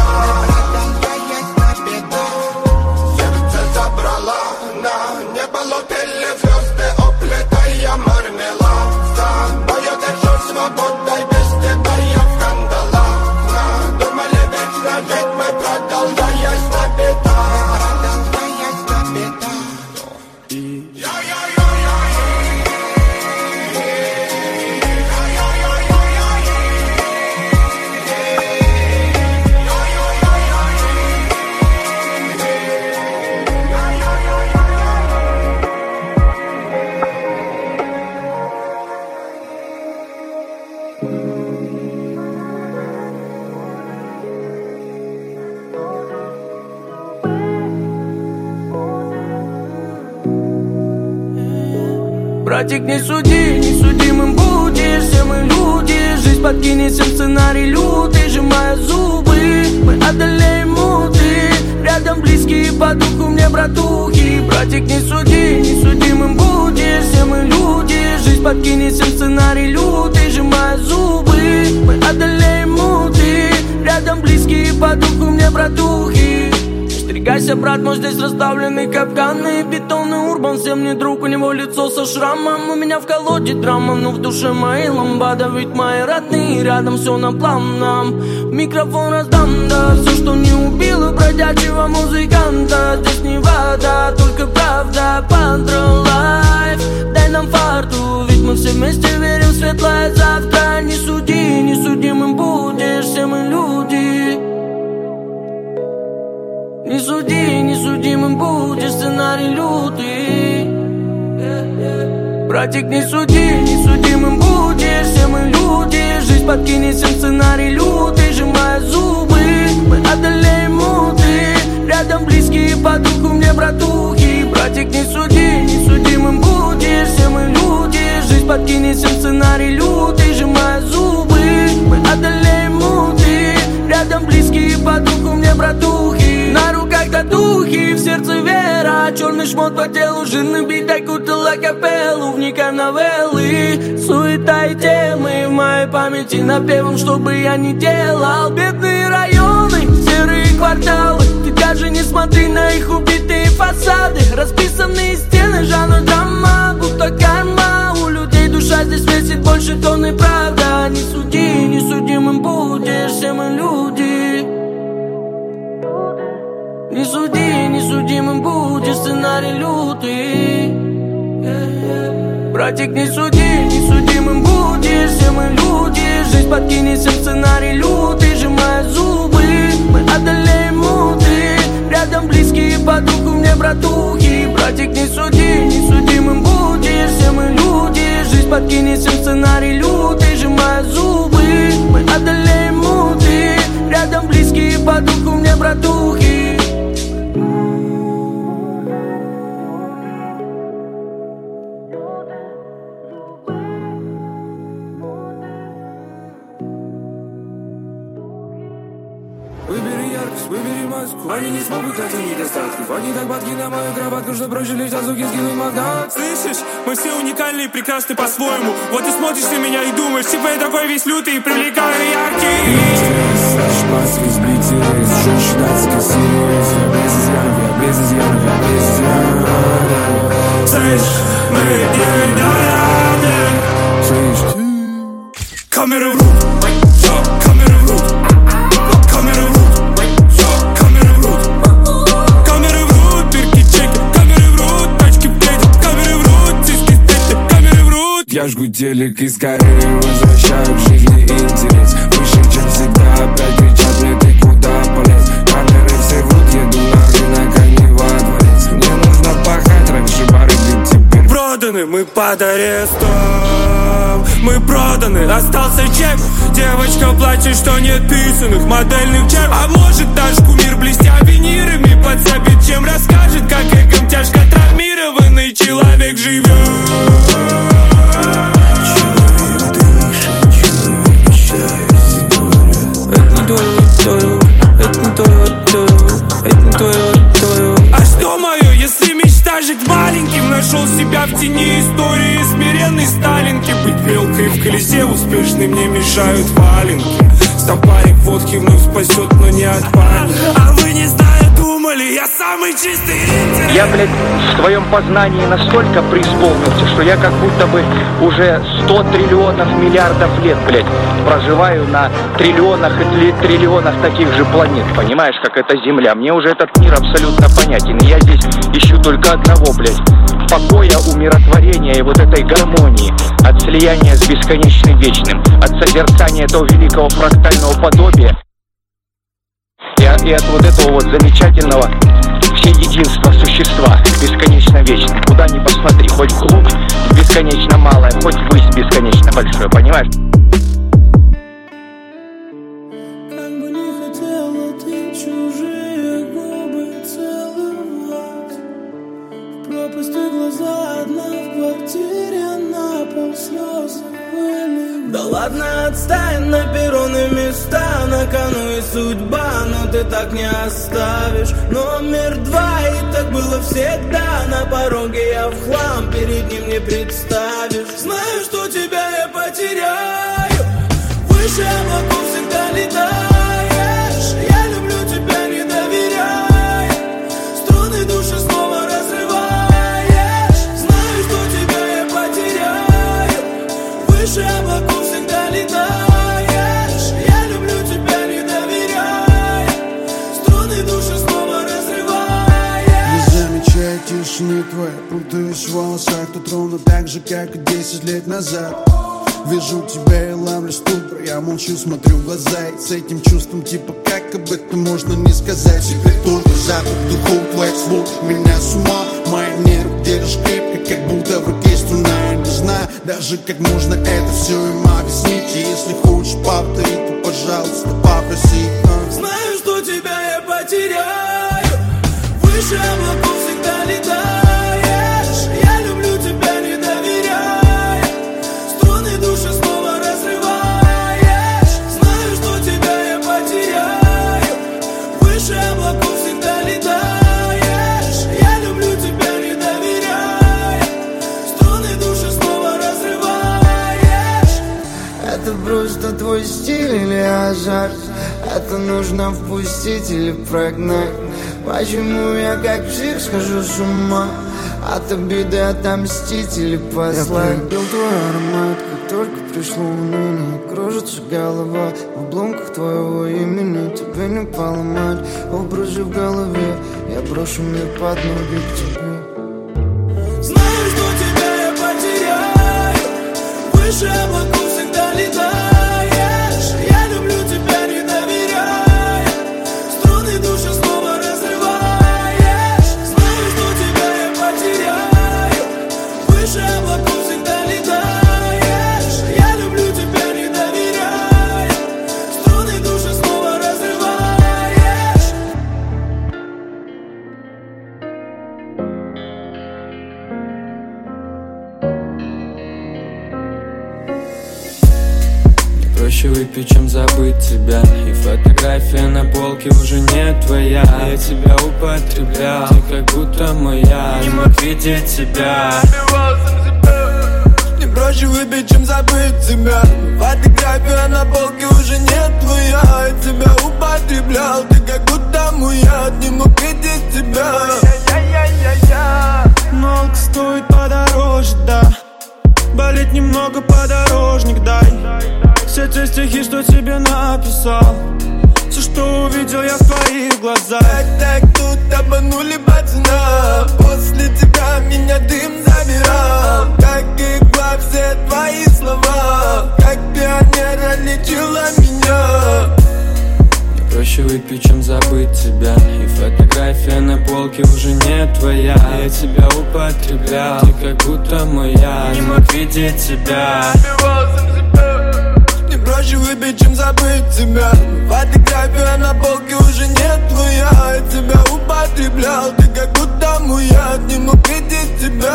бедах. Сердце забрала на небо, лопели звезды, уплетая мармелад. С тобой я дышу свободой, без тебя я в кандалах. Надумали вечно жить, мы продолжаясь на бедах. Братик, не суди, несудимым будешь. Все мы люди, жизнь подкинет всем сценарий лютый. Сжимая зубы, мы одолеем муты. Рядом близкие по духу мне братухи. Братик, не суди, несудимым будешь. Все мы люди, жизнь подкинет всем сценарий лютый. Сжимая зубы, мы одолеем муты. Рядом близкие по духу мне братухи. Остерегайся, брат, мой здесь расставлены капканы. Бетонный урбан, всем не друг, у него лицо со шрамом. У меня в колоде драма, но в душе мои ламбада. Ведь мои родные рядом, все на плавном. Микрофон раздам, да, все, что не убило бродячего музыканта. Здесь не вода, только правда, Пандро Лайф. Дай нам фарту, ведь мы все вместе верим в светлое завтра. Не суди, не судимым будешь, все мы люди. Не суди, не судимым будешь, сценарий лютый. Братик, не суди, не судимым будешь. Все мы люди, жизнь подкинет всем сценарий лютый. Сжимая зубы, мы одолеем муты. Рядом близкие по духу мне братухи. Братик, не суди, не судимым будешь. Все мы люди, жизнь подкинет всем сценарий лютый. Сжимая зубы, мы одолеем муты. Рядом близкие по духу мне братухи. На руках татухи, в сердце вера. Черный шмот по телу, жирный бит, окутала капеллу. Вникай в новеллы, суета и темы. В моей памяти напевом, что бы я ни делал. Бедные районы, серые кварталы. Ты даже не смотри на их убитые фасады. Расписанные стены, жанр драма, будто карма. У людей душа здесь весит больше тонны, правда. Не суди, не судимым будешь, все мы люди. Не суди, не судимым будешь, сценарий лютый. Братик, не суди, не судимым будешь. Все мы люди, жизнь подкинет всем сценарий лютый. Сжимая зубы, мы одолеем муты. Рядом близкие по духу мне братухи. Братик, не суди, не судимым будешь. Все мы люди, жизнь подкинет всем сценарий лютый. Сжимая зубы, мы одолеем муты. Рядом близкие по духу мне братухи. Выбери яркость, выбери маску. Они не смогут найти недостатков. Они так падки на мою кроватку, что проще лишь за звуки скинуть мозгах. Слышишь, мы все уникальны и прекрасны по-своему. Вот ты смотришь на меня и думаешь, типа я такой весь лютый и привлекаю яркий. Шпац, весь блитеры, женщина с кассирой. Я без изъянов, я без изъянов, я без изъянов. Я жгу телек и скорее возвращаю к жизни интерес. Выше, чем всегда, опять кричат мне: ты куда полез? Камеры все врут, еду на рынок, а не во дворец. Мне нужно пахать, раньше барыги, теперь проданы, мы под арестом. Мы проданы, остался чек. Девочка плачет, что нет писаных модельных чек. А может наш кумир, блестя винирами, подсобит, чем расскажет, как эхом тяжко травмированный человек живет. Человек дышит, человек счастье говорят. Это не твое, это не твое, это не твое, твое. А что мое, если мечта жить маленьким? Нашел себя в тени истории смиренной Сталинки. Быть мелкой в колесе успешной мне мешают валенки. Стопарик водки вновь спасет, но не от паники. А вы не зная думали, я самый чистый интерес. Я, блядь, в твоем познании настолько преисполнился, что я как будто бы уже сто триллионов миллиардов лет, блядь, проживаю на триллионах и триллионах таких же планет. Понимаешь, как это Земля? Мне уже этот мир абсолютно понятен. И я здесь ищу только одного, блядь, покоя, умиротворения и вот этой гармонии, от слияния с бесконечным вечным, от созерцания этого великого фрактального подобия и от, и от вот этого вот замечательного всеединства существа бесконечно вечным. Куда ни посмотри, хоть вглубь бесконечно малое, хоть ввысь бесконечно большое, понимаешь? Как бы не хотела ты чужие губы целовать, в пропасти глаза одна в квартире, на пол слезы выливать. Да ладно, отстань, на перроны места, на кону и судьба, но ты так не оставишь. Номер два, и так было всегда, на пороге я в хлам, перед ним не представишь. Знаю, что тебя я потеряю, выше облаков всегда летаешь. Я люблю тебя, не доверяй, струны души снова разрываешь. Знаю, что тебя я потеряю, выше облаков всегда летаешь. Я люблю тебя, не доверяй, струны души снова разрываешь. Не замечаю тишины твоей, путаюсь в волосах. Тут ровно так же, как и десять лет назад. Вижу тебя и ловлю ступор, я молчу, смотрю в глаза. И с этим чувством типа как об этом можно не сказать. Теперь только запах духов твоих сводит меня с ума. Мои нервы держишь крепко, как будто в руке струна. Я не знаю даже, как можно это все им объяснить. И если хочешь повторить, то пожалуйста попроси. Знаю, что тебя я потеряю, выше облаков всегда летаешь. Я люблю тебя, не доверяй, струны души снова разрываешь. Знаю, что тебя я потеряю, выше облаков всегда летаешь. Я люблю тебя, не доверяй, струны души снова разрываешь. Это просто твой стиль или азарт? Это нужно впустить или прогнать? Почему я как псих схожу с ума? От обиды отомстить или послать? Я полюбил твой аромат, как только пришло уныние. Кружится голова в обломках твоего имени. Тебе не поломать образы в голове. Я брошу мир под ноги к тебе. Знаю, что тебя я потеряю, выше облаков всегда летаешь. Я люблю тебя, не доверяй, струны души снова разрываешь. Знаю, что тебя я потеряю, выше облаков всегда летаешь. Я люблю тебя, не доверяй, струны души снова разрываешь. Проще выпить, чем забыть тебя. И фотография на полке уже не твоя. Я тебя употреблял, ты как будто моя. Не мог видеть тебя. Не проще выпить, чем забыть тебя. Фотография на полке уже не твоя. Я тебя употреблял, ты как будто моя. Не мог видеть тебя. Налог стоит подороже, да. Болит немного, подорожник дай. Все те стихи, что тебе написал, все, что увидел я в твоих глазах. Так, так, тут обманули пацана. После тебя меня дым забирал. Как игла все твои полке уже не твоя. Я тебя употреблял, ты как будто моя. Не мог видеть тебя. Не проще выпить, чем забыть тебя. Фотография на полке уже не твоя. Я тебя употреблял, ты как будто моя. Не мог видеть тебя.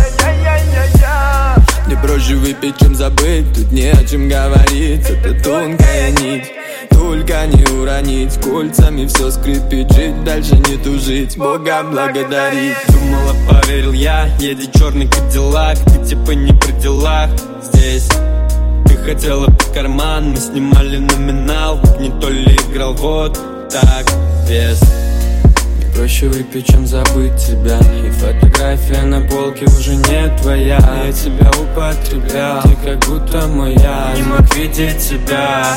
Не проще выпить, чем забыть. Тут не о чем говорить. Это тонкая нить. Только не уронить. Кольцами все скрипит. Жить дальше не тужить. Бога благодарить. Думала, поверил я. Едет черный кадиллак. Ты типа не при делах здесь. Ты хотела под карман. Мы снимали номинал. Не то ли играл вот так без. Проще выпить, чем забыть тебя. И фотография на полке уже не твоя. Я тебя употреблял, ты как будто моя. Не мог видеть тебя.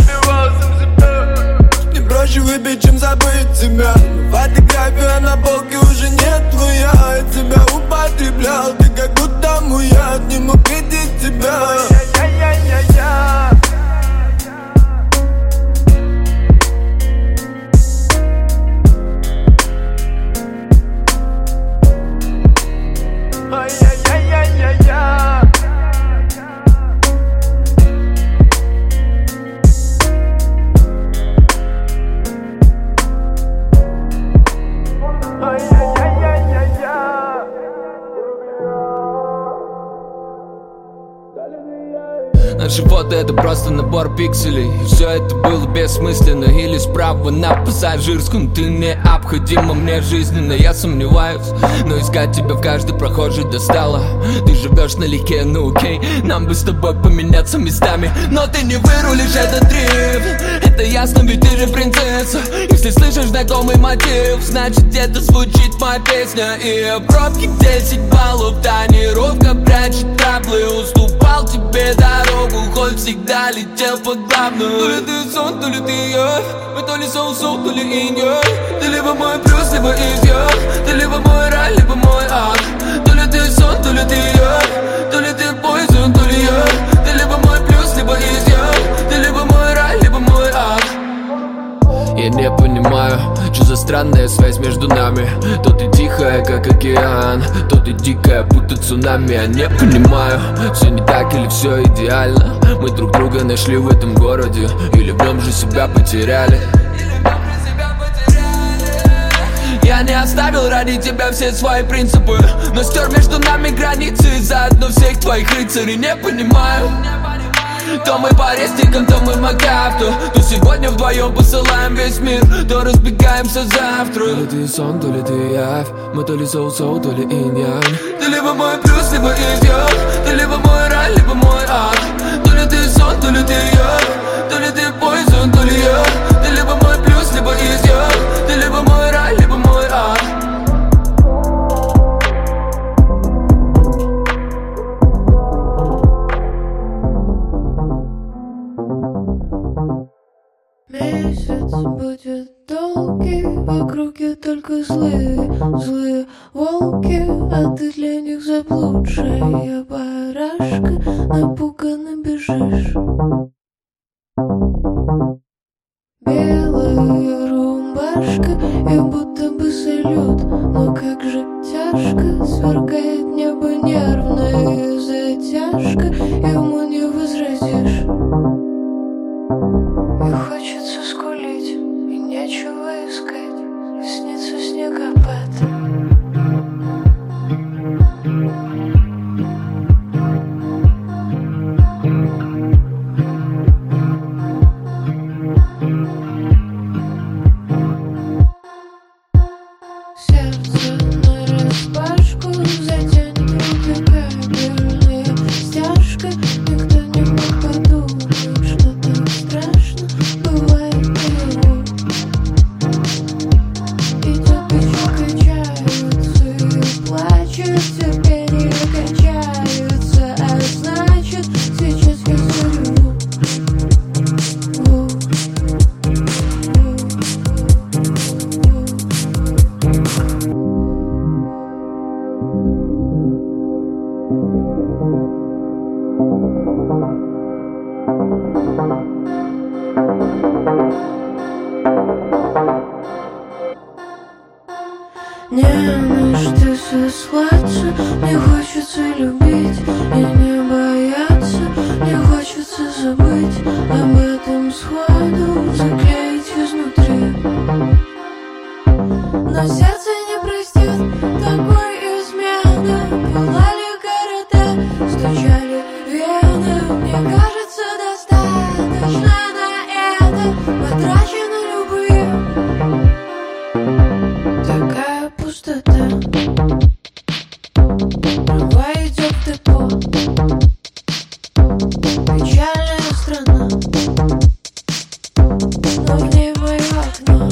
Не проще выпить, чем забыть тебя. Фотография на полке уже не твоя. Я тебя употреблял, ты как будто моя. Не мог видеть тебя. Наши фото это просто набор пикселей. Все это было бессмысленно. Или справа на пассажирском. Ты необходима мне жизненно. Я сомневаюсь, но искать тебя в каждой прохожей достало. Ты живешь налегке, ну окей. Нам бы с тобой поменяться местами. Но ты не вырулишь этот дрифт. Это ясно, ведь ты же принцесса. Если слышишь знакомый мотив, значит где-то звучит моя песня. И пробки десять баллов. Тонировка прячет траблы. Уступал тебе дорогу, хоть всегда летел по главному. То ли ты сон, то ли ты я. Мы то ли соу-соу, то ли инь-янь. Ты либо мой плюс, либо изъян. Ты либо мой рай, либо мой ад. То ли ты сон, то ли ты я. То ли ты poison, то ли я. Ты либо мой плюс, либо изъян. Ты либо мой рай, либо мой ад. Я не понимаю, что за странная связь между нами. То ты тихая, как океан, то ты дикая, будто цунами. Я не понимаю, все не так или все идеально. Мы друг друга нашли в этом городе, или в нем же себя потеряли. Я не оставил ради тебя все свои принципы, но стер между нами границы. Заодно всех твоих рыцарей не понимаю. То мы по рестикам, то мы макафту. То сегодня вдвоем посылаем весь мир, то разбегаемся завтра. То ли ты сон, то ли ты явь. Мы то ли соу-соу, то ли инь-янь. Ты либо мой плюс, либо изъян. Ты либо мой рай, либо мой ад. То ли ты сон, то ли ты я. То ли ты poison, то ли я. Ты либо мой плюс, либо изъян. Ты либо мой рай, либо мой ад. Месяц будет долгий, в округе только злые, злые волки, а ты для них заблудшая барашка, напуганно бежишь. Белая рубашка, и будто бы салют, но как же тяжко, сверкает небо нервная затяжка, ему не возразишь. И хочется скулить, и нечего искать, и снится снегопад. Сердце нараспашку затянет руки кабельная стяжка. Никто не мог подумать, что так страшно бывает наяву. Идет еще качается и плачет, терпение качается, а значит сейчас я сорву. Не на что сослаться, не хочется любить и не бояться, не хочется забыть об этом сходу, заклеить изнутри. Но сердце не простит такой измены. Пылали города, стучали вены. Мне кажется, достаточно на это потрачено любые. Такая пустота. Трава идет в депо. Печальная страна, но в ней мое окно.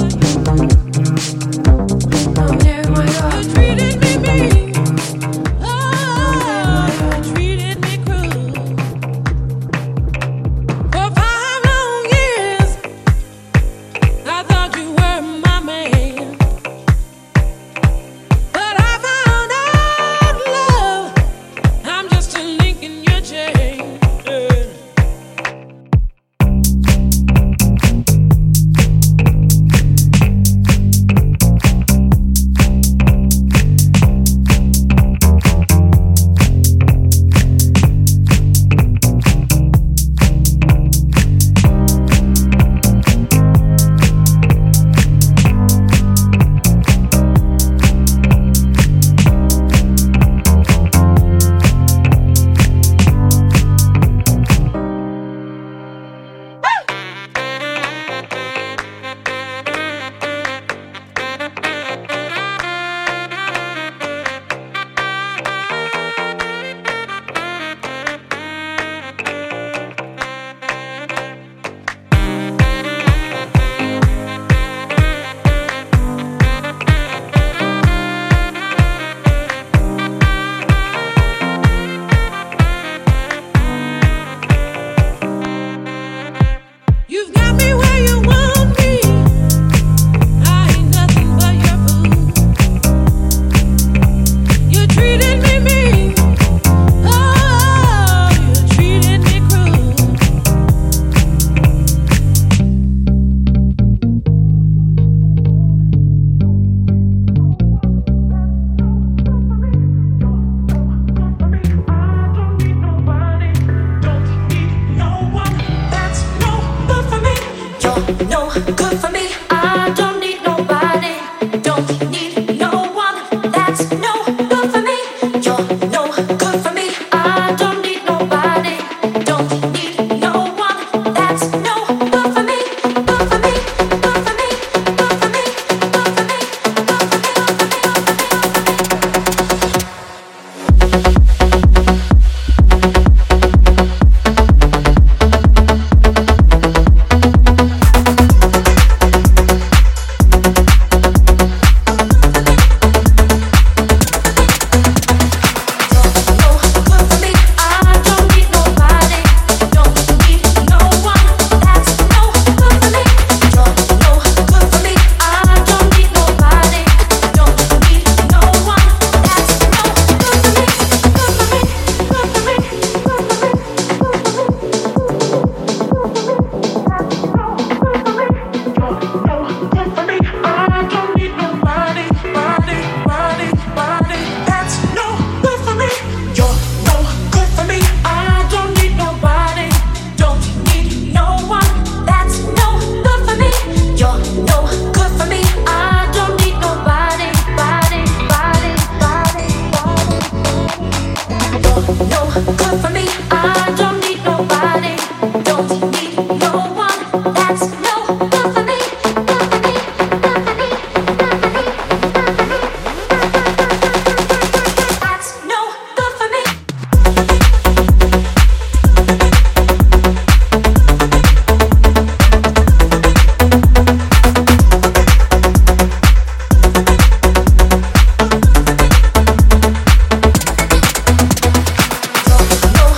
No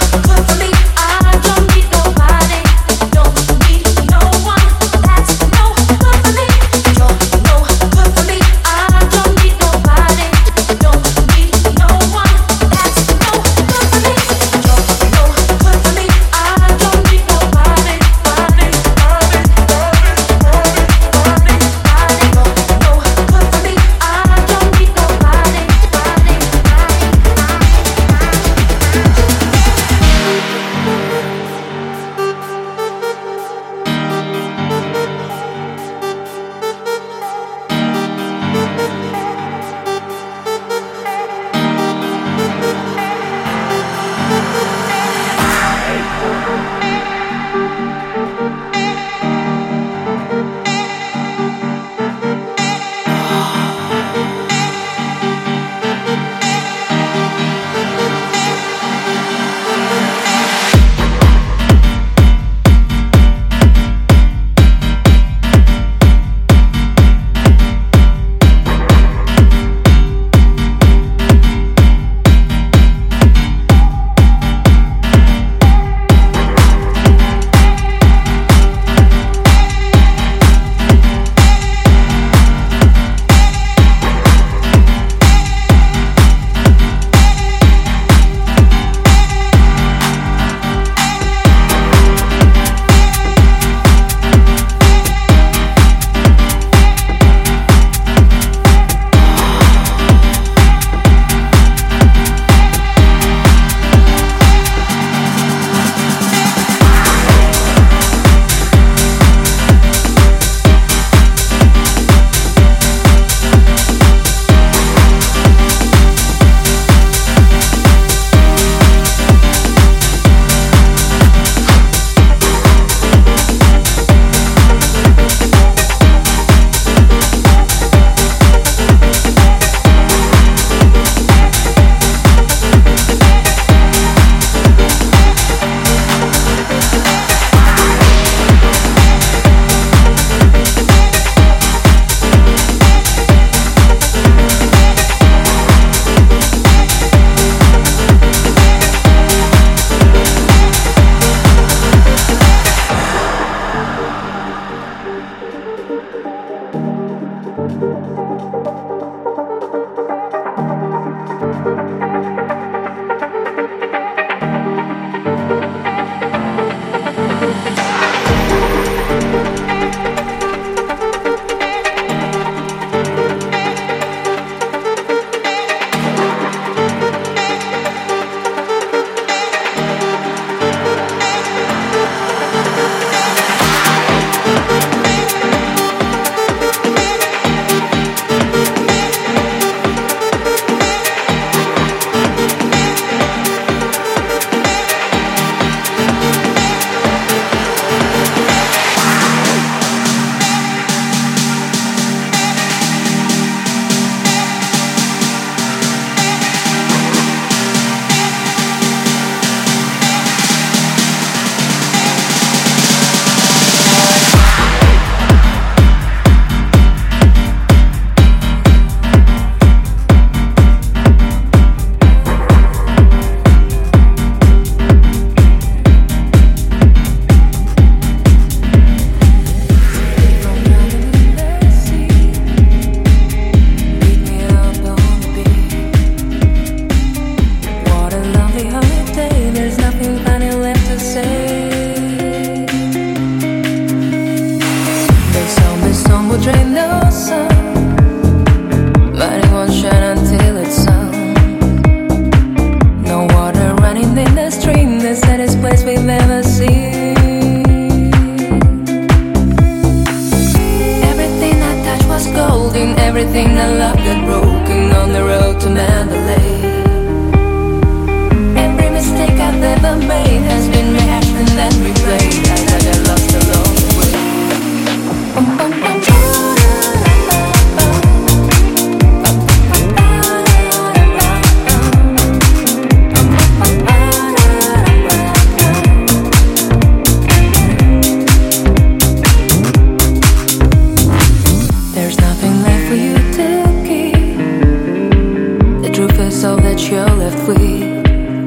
left with.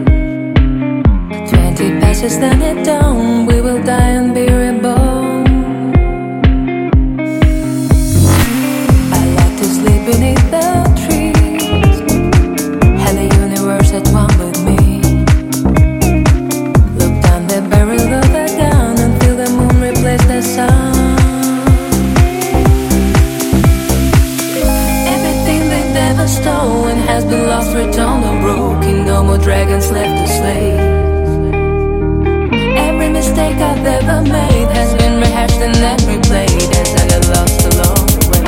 Twenty passes, then at dawn, we will die and be reborn. I like to sleep beneath the trees, have the universe at one with me. Look down the barrel of the gun and feel the moon replace the sun. Everything they never stole and has been lost, returned or broken. No more dragons left to slay. Every mistake I've ever made has been rehashed and then replayed as I got lost along the way.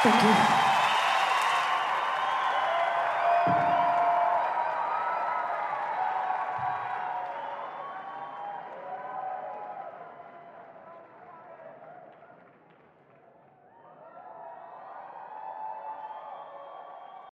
Thank you.